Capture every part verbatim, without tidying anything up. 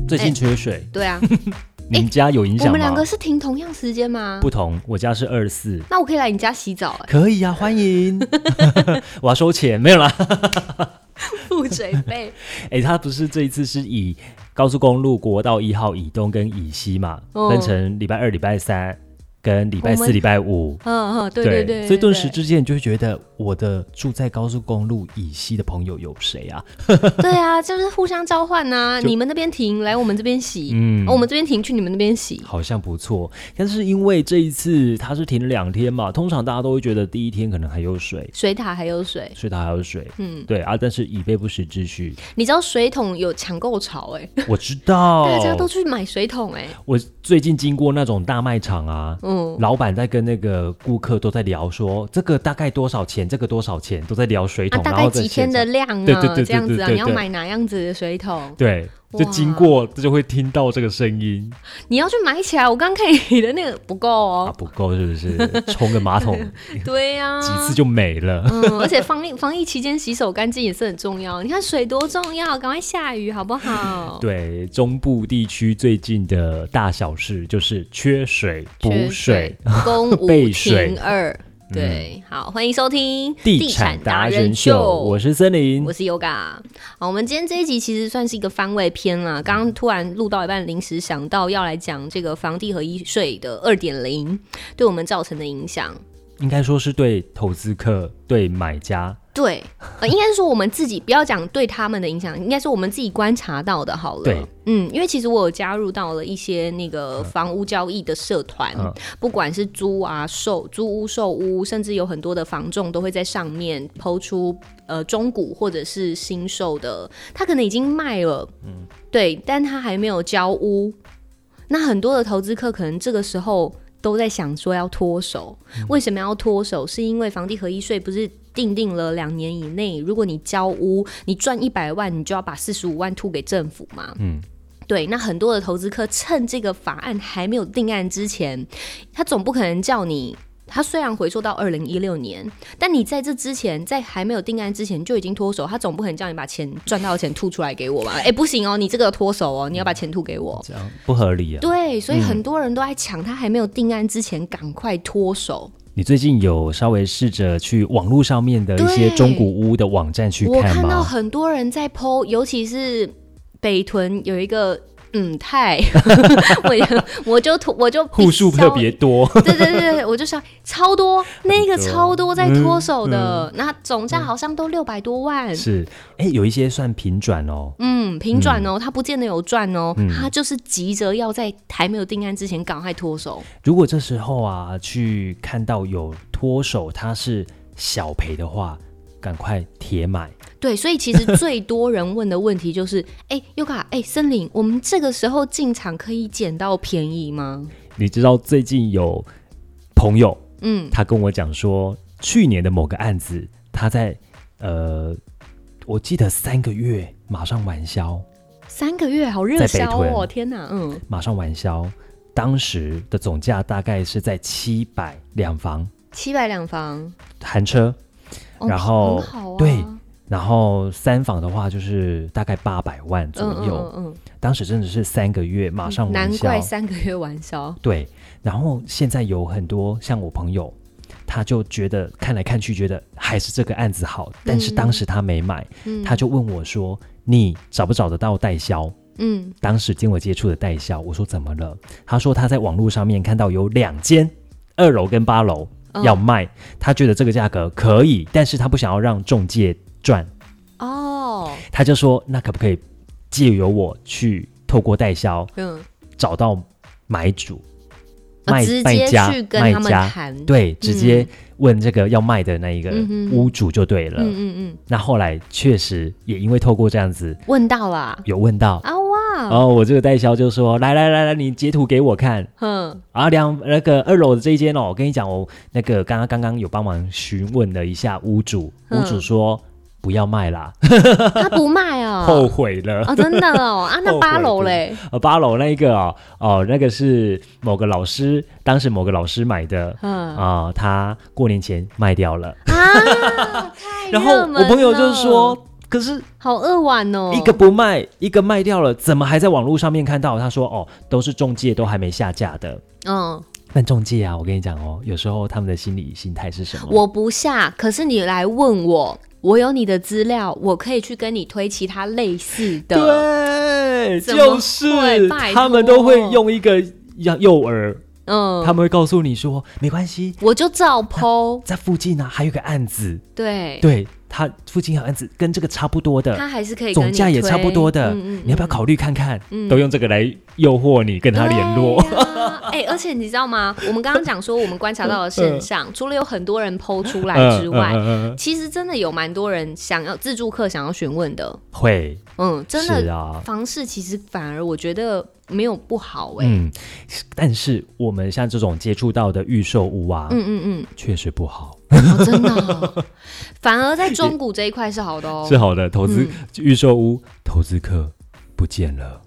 最近缺水。 欸、对啊。 你们家有影响吗？ 我们两个是停同样时间吗？ 不同，我家是二十四。 那我可以来你家洗澡、欸？ 可以啊，欢迎。我要收钱，没有啦。 付水费。 哎、欸，他不是这一次是以高速公路国道一号以东跟以西嘛，哦、分成礼拜二、礼拜三跟礼拜四、礼拜五。 嗯嗯，对对 对, 对, 对。 所以顿时之间，你就会觉得我的住在高速公路以西的朋友有谁啊？ 对啊，就是互相交换啊。你们那边停，来我们这边洗。嗯、哦，我们这边停，去你们那边洗。 好像不错，但是因为这一次它是停了两天嘛，通常大家都会觉得第一天可能还有水， 水塔还有水， 水塔还有水。嗯，对啊，但是以备不时之需。 你知道水桶有抢购潮哎、欸？ 我知道， 大家都去买水桶哎、欸。 我最近经过那种大卖场啊，嗯，老板在跟那个顾客都在聊说，这个大概多少钱，这个多少钱，都在聊水桶， 啊、大概几天的量啊， 对对对对对对对， 这样子啊，你要买哪样子的水桶？ 对。就经过就会听到这个声音， 你要去买起来。我刚看你的那个不够哦、 啊，不够是不是？冲个马桶， 对呀、啊， 几次就没了。 嗯，而且防疫防疫期间洗手干净也是很重要。你看水多重要，赶快下雨好不好？ 对，中部地区最近的大小事就是缺水、补水、 公五停二。对、嗯，好，欢迎收听地产达人秀，我是森林， 我是 Yoga。好，我们今天这一集其实算是一个番外篇啦。刚刚突然录到一半，临时想到要来讲这个房地合一税的 二点零 对我们造成的影响。 应该说是对投资客、对买家。 对，呃，应该是说我们自己不要讲对他们的影响，应该是我们自己观察到的好了。 对， 嗯，因为其实我有加入到了一些那个房屋交易的社团、嗯，不管是租啊、售、租屋、售屋，甚至有很多的房仲都会在上面抛出呃中古或者是新售的，他可能已经卖了，嗯，对，但他还没有交屋，那很多的投资客可能这个时候都在想说要脱手，为什么要脱手？是因为房地合一税不是订定了两年以内，如果你交屋，你赚一百万，你就要把四十五万吐给政府嘛。嗯，对。那很多的投资客趁这个法案还没有定案之前，他总不可能叫你。他虽然回溯到二零一六年，但你在这之前，在还没有定案之前就已经脱手，他总不可能叫你把钱赚到的钱吐出来给我吧？哎、欸，不行哦，你这个脱手哦，你要把钱吐给我， 这样不合理啊。 对，所以很多人都在抢，他还没有定案之前赶快脱手。 你最近有稍微试着去网络上面的一些中古屋的网站去看吗？ 我看到很多人在 po， 尤其是北屯有一个。嗯，太，我我就我就户数特别多， 对对对，我就想超多，那个超多在脱手的，那、嗯嗯、总价好像都六百多万。 是，哎，有一些算平转哦， 嗯，平转哦，他、嗯、不见得有赚哦，他、嗯、就是急着要在还没有定案之前赶快脱手。 如果这时候啊，去看到有脱手，他是小赔的话，赶快铁买。 对，所以其实最多人问的问题就是，哎，Yoga，哎，森林，我们这个时候进场可以捡到便宜吗？ 你知道最近有朋友，嗯，他跟我讲说，去年的某个案子，他在呃，我记得三个月马上完销， 三个月好热销哦，天哪，嗯， 马上完销，当时的总价大概是在七百两房， 七百两房含车， 哦、 然后、 很好啊、 对。然后三房的话就是大概八百万左右，嗯嗯嗯，当时真的是三个月马上完销， 难怪三个月完销。 对，然后现在有很多像我朋友，他就觉得看来看去觉得还是这个案子好，但是当时他没买，嗯、他就问我说：“你找不找得到代销？”嗯，当时经我接触的代销，我说怎么了？他说他在网络上面看到有两间二楼跟八楼要卖，哦、他觉得这个价格可以，但是他不想要让中介赚哦， 他就说那可不可以借由我去透过代销，嗯，找到买主， 哦、卖直接去跟他们谈， 对，直接问这个要卖的那一个屋主就对了。嗯嗯嗯。那后来确实也因为透过这样子问到了， 有问到啊哇！ 然后我这个代销就说来来来来，你截图给我看。嗯。啊，两那个二楼的这一间哦，我跟你讲，我那个刚刚刚刚有帮忙询问了一下屋主，屋主说。不要卖啦， 他不卖哦， 后悔了哦，真的哦啊，那八楼嘞？ 呃，八楼那个哦，哦，那个是某个老师，当时某个老师买的，嗯啊、呃，他过年前卖掉了啊， 太热门了。 然后我朋友就说， 可是好扼腕哦， 一个不卖，一个卖掉了，怎么还在网络上面看到？他说哦，都是中介都还没下架的。嗯，但中介啊，我跟你讲哦，有时候他们的心理心态是什么？ 我不下，可是你来问我，我有你的资料，我可以去跟你推其他类似的。 对，就是他们都会用一个诱饵。嗯，他们会告诉你说没关系， 我就照 po 在附近啊，还有个案子， 对对，他附近有案子跟这个差不多的， 他还是可以跟你总价也差不多的，嗯嗯嗯，你要不要考虑看看？嗯，都用这个来诱惑你跟他联络。 哎、啊欸，而且你知道吗？我们刚刚讲说，我们观察到的现象，除了有很多人 po 出来之外，嗯嗯嗯嗯，其实真的有蛮多人想要自助客想要询问的， 会， 嗯，真的，啊，房市其实反而我觉得没有不好哎，欸， 嗯，但是我们像这种接触到的预售屋啊，嗯嗯嗯，确实不好， 哦，真的，哦，反而在中古这一块是好的哦， 是好的，投资预售屋投资客不见了，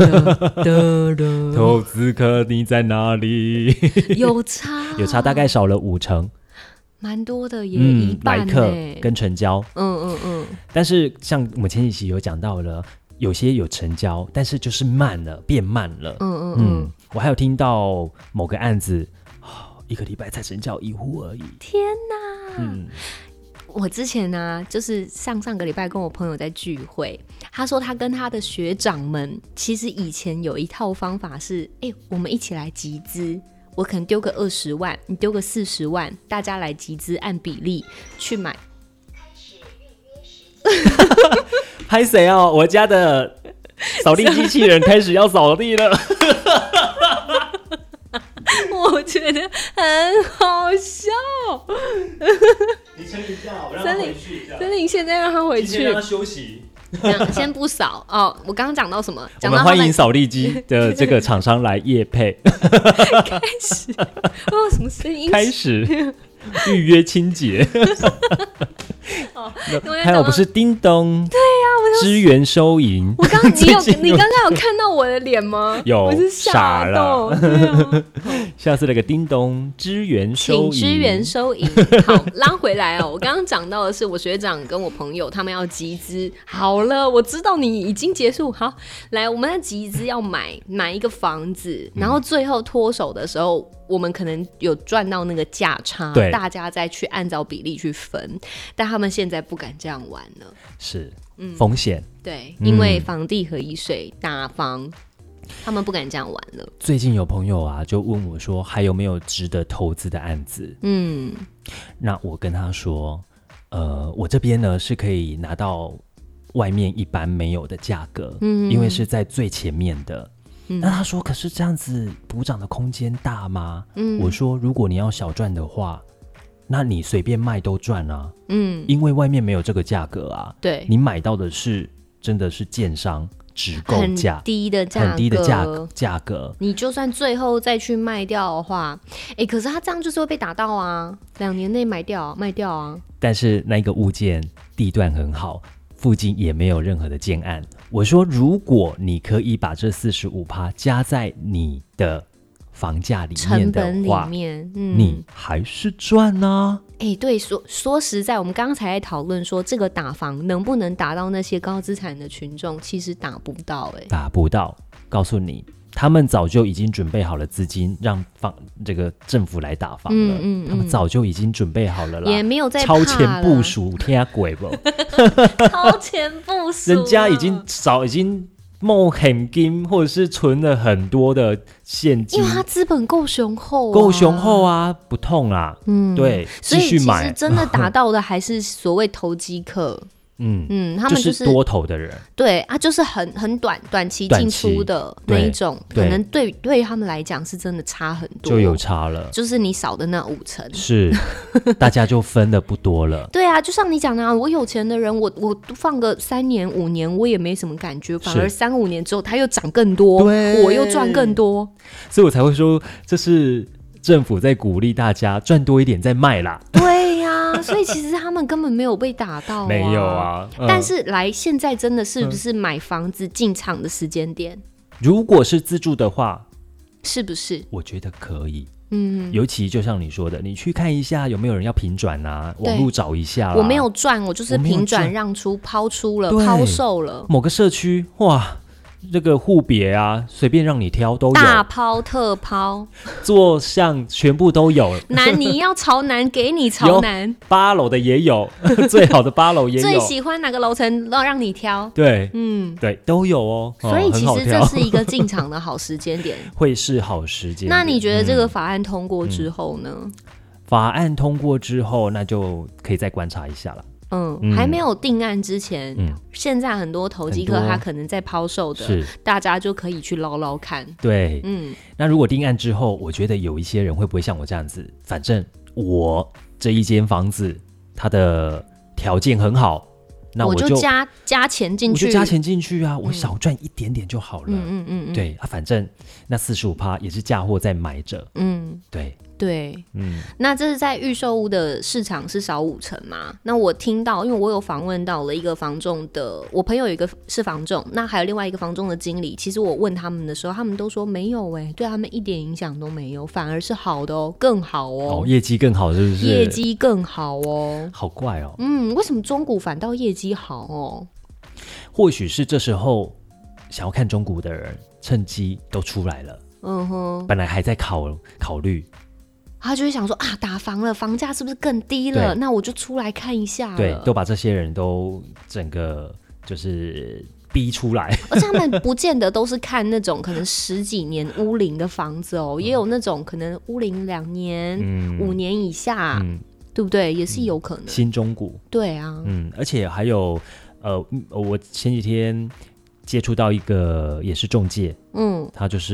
投资客你在哪里？ 有差， 有差，大概少了五成。 蛮多的耶，嗯，一半来客跟成交， 嗯嗯嗯。但是像我们前几期有讲到了，有些有成交，但是就是慢了，变慢了。嗯嗯嗯。我还有听到某个案子，哦，一个礼拜才成交一户而已。 天哪！嗯。我之前呢，啊，就是上上个礼拜跟我朋友在聚会，他说他跟他的学长们，其实以前有一套方法是，哎，我们一起来集资。我可能丢个二十万，你丢个四十万，大家来集资，按比例去买。 拍谁啊？我家的扫地机器人开始要扫地了。 我觉得很好笑。 你撑一下，我让他回去一下。 森林现在让他回去， 今天让他休息。 先不扫哦，我刚刚讲到什么？ 我们欢迎扫地机的这个厂商来业配。 开始，哦，什么声音？ 开始预约清洁。哦，还有不是叮咚？ 对呀，啊， 支援收银。 我刚你有你刚刚有看到我的脸吗？ 有， 我是傻了。啊， 下次那个叮咚支援收银， 请支援收银。好，拉回来哦。我刚刚讲到的是我学长跟我朋友他们要集资。好了，我知道你已经结束。好，来，我们在集资要买买一个房子，然后最后脱手的时候，我们可能有赚到那个价差，大家再去按照比例去分。但他们现在不敢这样玩了， 是，嗯，风险。 对，因为房地合一税打房，他们不敢这样玩了。 最近有朋友啊，就问我说，还有没有值得投资的案子？嗯，那我跟他说，呃，我这边呢是可以拿到外面一般没有的价格，嗯，因为是在最前面的。嗯，那他说，可是这样子补涨的空间大吗？嗯，我说，如果你要小赚的话，那你随便卖都赚啊，嗯，因为外面没有这个价格啊， 对， 你买到的是真的是建商直购价， 很低的价格， 很低的价格，价格， 你就算最后再去卖掉的话，哎，可是他这样就是会被打到啊，两年内买掉卖掉啊。 但是那个物件地段很好，附近也没有任何的建案。我说，如果你可以把这 百分之四十五 加在你的房价里面的话，成本里面，嗯，你还是赚啊。 哎、欸，对，说说实在，我们刚才在讨论说，这个打房能不能打到那些高资产的群众，其实打不到、欸，哎， 打不到。告诉你，他们早就已经准备好了资金，让房这个政府来打房了。嗯嗯嗯，他们早就已经准备好了啦， 也没有在超前部署，听鬼不？ 超前部署、啊， 人家已经早已经。冒很金，或者是存了很多的现金， 因为他资本够雄厚、啊， 够雄厚啊，不痛啊，嗯，对，继续买。 所以其实真的打到的还是所谓投机客。嗯嗯，他们就是多头的人， 对啊，就是很很短短期进出的那一种，可能对对他们来讲是真的差很多， 就有差了， 就是你少的那五成， 是大家就分的不多了。 对啊，就像你讲的、啊，我有钱的人，我我放个三年五年，我也没什么感觉，反而三五年之后它又涨更多，我又赚更多， 所以我才会说这是政府在鼓励大家赚多一点再卖啦。 对呀、啊，所以其实他们根本没有被打到、啊， 没有啊。 嗯、但是来现在真的是不是买房子进场的时间点？ 如果是自住的话， 是不是？ 我觉得可以。 嗯，尤其就像你说的，你去看一下有没有人要平转啊，网路找一下啦。 我没有赚，我就是平转让出抛出了抛售了。 某个社区哇，这个户别啊，随便让你挑都有， 大抛特抛， 坐向全部都有。 南你要朝南，给你朝南， 八楼的也有，最好的八楼也有， 最喜欢哪个楼层让你挑。 对，嗯，对，都有哦。 所以其实这是一个进场的好时间点， 会是好时间点。 那你觉得这个法案通过之后呢？嗯、 法案通过之后，那就可以再观察一下了。 嗯，嗯还没有定案之前，嗯、现在很多投机客他可能在抛售的，大家就可以去捞捞看。 对，嗯，那如果定案之后，我觉得有一些人会不会像我这样子？反正我这一间房子它的条件很好，那我就, 我就加加钱进去， 我就加钱进去啊，我少赚一点点就好了。嗯嗯嗯嗯，对啊，反正那 百分之四十五 也是价货在买着。嗯，对。 对，嗯，那这是在预售屋的市场是少五成嘛？那我听到，因为我有访问到了一个房仲的，我朋友有一个是房仲，那还有另外一个房仲的经理。其实我问他们的时候，他们都说没有哎、欸，对他们一点影响都没有，反而是好的哦，更好哦， 哦业绩更好是不是？ 业绩更好哦， 好怪哦。 嗯，为什么中古反倒业绩好哦？ 或许是这时候想要看中古的人趁机都出来了，嗯哼，本来还在考考虑。 他就会想说啊，打房了，房价是不是更低了？那我就出来看一下了。 对，都把这些人都整个就是逼出来。 而且他们不见得都是看那种可能十几年屋龄的房子哦，嗯、也有那种可能屋龄两年、嗯、五年以下，嗯、对不对？也是有可能。嗯、 新中古。 对啊， 嗯，而且还有呃，我前几天接触到一个也是仲介，嗯，他就是。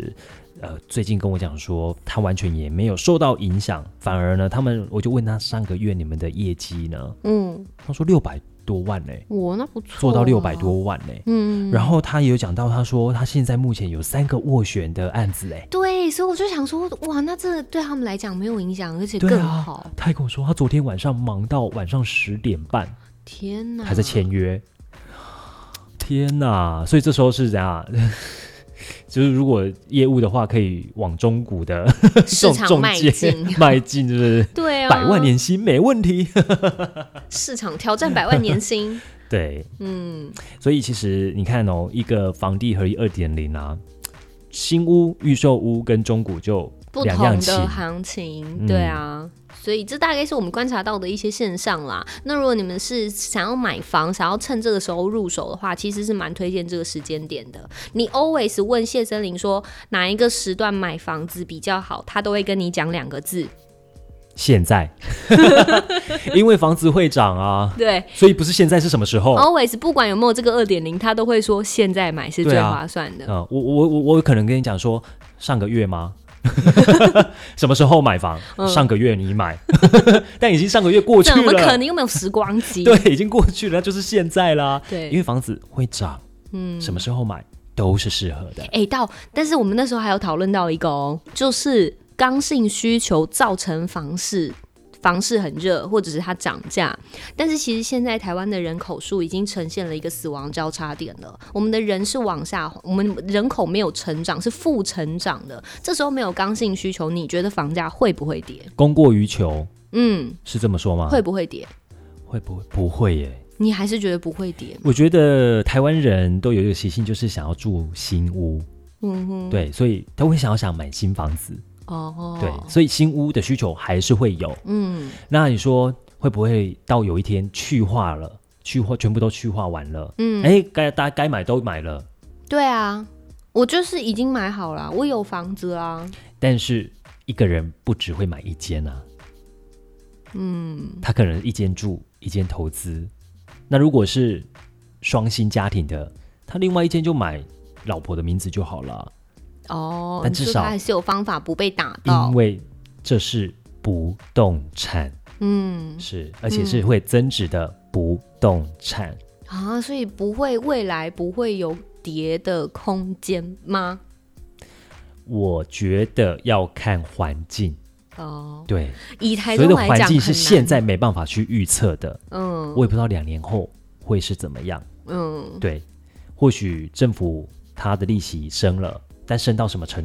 呃，最近跟我讲说，他完全也没有受到影响，反而呢，他们我就问他上个月你们的业绩呢，嗯，他说六百多万呢、欸， 哇，那不错、啊， 做到六百多万呢、欸，嗯，然后他也有讲到，他说他现在目前有三个斡旋的案子、欸，哎， 对，所以我就想说，哇，那这对他们来讲没有影响，而且更好。 啊、他还跟我说，他昨天晚上忙到晚上十点半， 天哪， 还在签约，天哪，所以这时候是怎样？就是如果业务的话，可以往中古的市场迈进， 迈进，是不是？ 对啊， 百万年薪没问题。 市场挑战百万年薪， 对，嗯，所以其实你看哦，一个房地合一 二点零 啊，新屋、预售屋跟中古就两样情， 不同的行情，对啊。嗯，所以这大概是我们观察到的一些现象啦。那如果你们是想要买房，想要趁这个时候入手的话，其实是蛮推荐这个时间点的。你 always 问谢森林说哪一个时段买房子比较好，他都会跟你讲两个字： 现在。因为房子会涨啊， 对， 所以不是现在是什么时候 ？always 不管有没有这个 二点零，他都会说现在买是最划算的。 啊嗯、我我我我可能跟你讲说上个月吗？什么时候买房？嗯、上个月你买，但已经上个月过去了， 怎么可能又没有时光机？ 对，已经过去了，那就是现在啦。 对， 因为房子会涨，嗯，什么时候买都是适合的。 哎、欸，到，但是我们那时候还有讨论到一个哦，就是刚性需求造成房市。房市很热，或者是它涨价，但是其实现在台湾的人口数已经呈现了一个死亡交叉点了。我们的人是往下，我们人口没有成长，是负成长的。这时候没有刚性需求，你觉得房价会不会跌？ 供过于求，嗯，是这么说吗？ 会不会跌？ 会不会？不会耶。 你还是觉得不会跌？ 我觉得台湾人都有一个习性，就是想要住新屋，嗯哼，对，所以他会想要想买新房子。哦，对，所以新屋的需求还是会有，嗯，那你说会不会到有一天去化了，去化全部都去化完了，嗯，哎，该大家该买都买了， 对啊，我就是已经买好了，我有房子啊， 但是一个人不只会买一间啊，嗯，他可能一间住一间投资，那如果是双薪家庭的，他另外一间就买老婆的名字就好了。 哦，但至少他还是有方法不被打到， 因为这是不动产，嗯，是，而且是会增值的不动产、 嗯、啊，所以不会未来不会有跌的空间吗？ 我觉得要看环境哦，对， 以台中来讲，所以的环境是现在没办法去预测的，嗯，我也不知道两年后会是怎么样，嗯，对，或许政府它的利息升了。但升到什么程度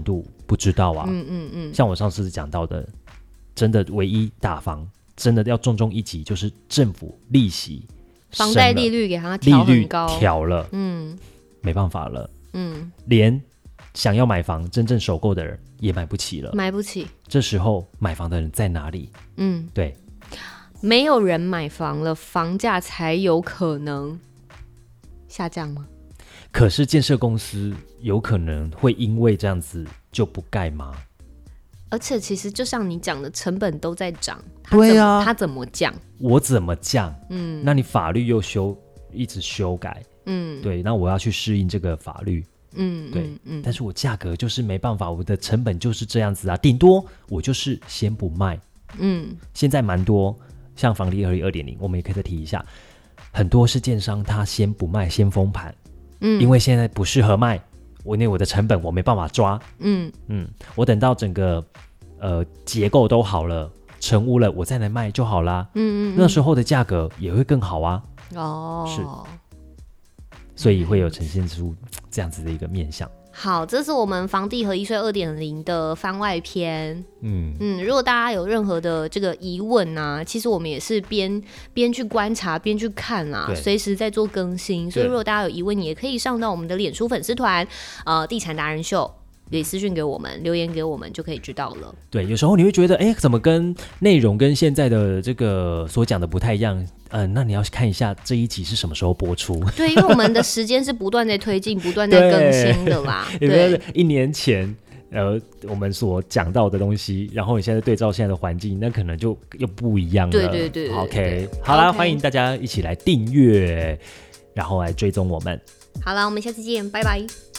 不知道啊。 嗯嗯嗯， 像我上次讲到的，真的唯一打房真的要重重一击，就是政府利息房贷利率给它调很高， 利率调了， 嗯， 没办法了， 嗯， 连想要买房真正首购的人也买不起了， 买不起。 这时候买房的人在哪里？ 嗯， 对， 没有人买房了，房价才有可能下降吗？ 可是建设公司有可能会因为这样子就不盖吗？ 而且其实就像你讲的，成本都在涨， 对啊， 它怎么降？ 我怎么降？ 嗯， 那你法律又修，一直修改， 嗯， 对，那我要去适应这个法律， 嗯， 对， 嗯嗯， 但是我价格就是没办法，我的成本就是这样子啊，顶多我就是先不卖， 嗯， 现在蛮多像房地合一 二点零， 我们也可以再提一下，很多是建商他先不卖，先封盘，嗯，因为现在不适合卖，我因为我的成本我没办法抓，嗯嗯，我等到整个呃结构都好了，成屋了，我再来卖就好啦，嗯 嗯, 嗯，那时候的价格也会更好啊，哦，是，所以会有呈现出这样子的一个面向。 好，这是我们房地合一税 二点零 的番外篇。嗯嗯，如果大家有任何的这个疑问啊，其实我们也是边边去观察边去看啊，随时在做更新。所以如果大家有疑问，你也可以上到我们的脸书粉丝团，呃，地产达人秀。可以私讯给我们，留言给我们就可以知道了。 对，有时候你会觉得，哎，怎么跟内容跟现在的这个所讲的不太一样？嗯、呃，那你要看一下这一集是什么时候播出。 对，因为我们的时间是不断在推进、不断在更新的啦。 对，对，一年前呃我们所讲到的东西，然后你现在对照现在的环境，那可能就又不一样了。 对对 对, 对 ，OK， 好啦， okay. 欢迎大家一起来订阅，然后来追踪我们。 好了，我们下次见，拜拜。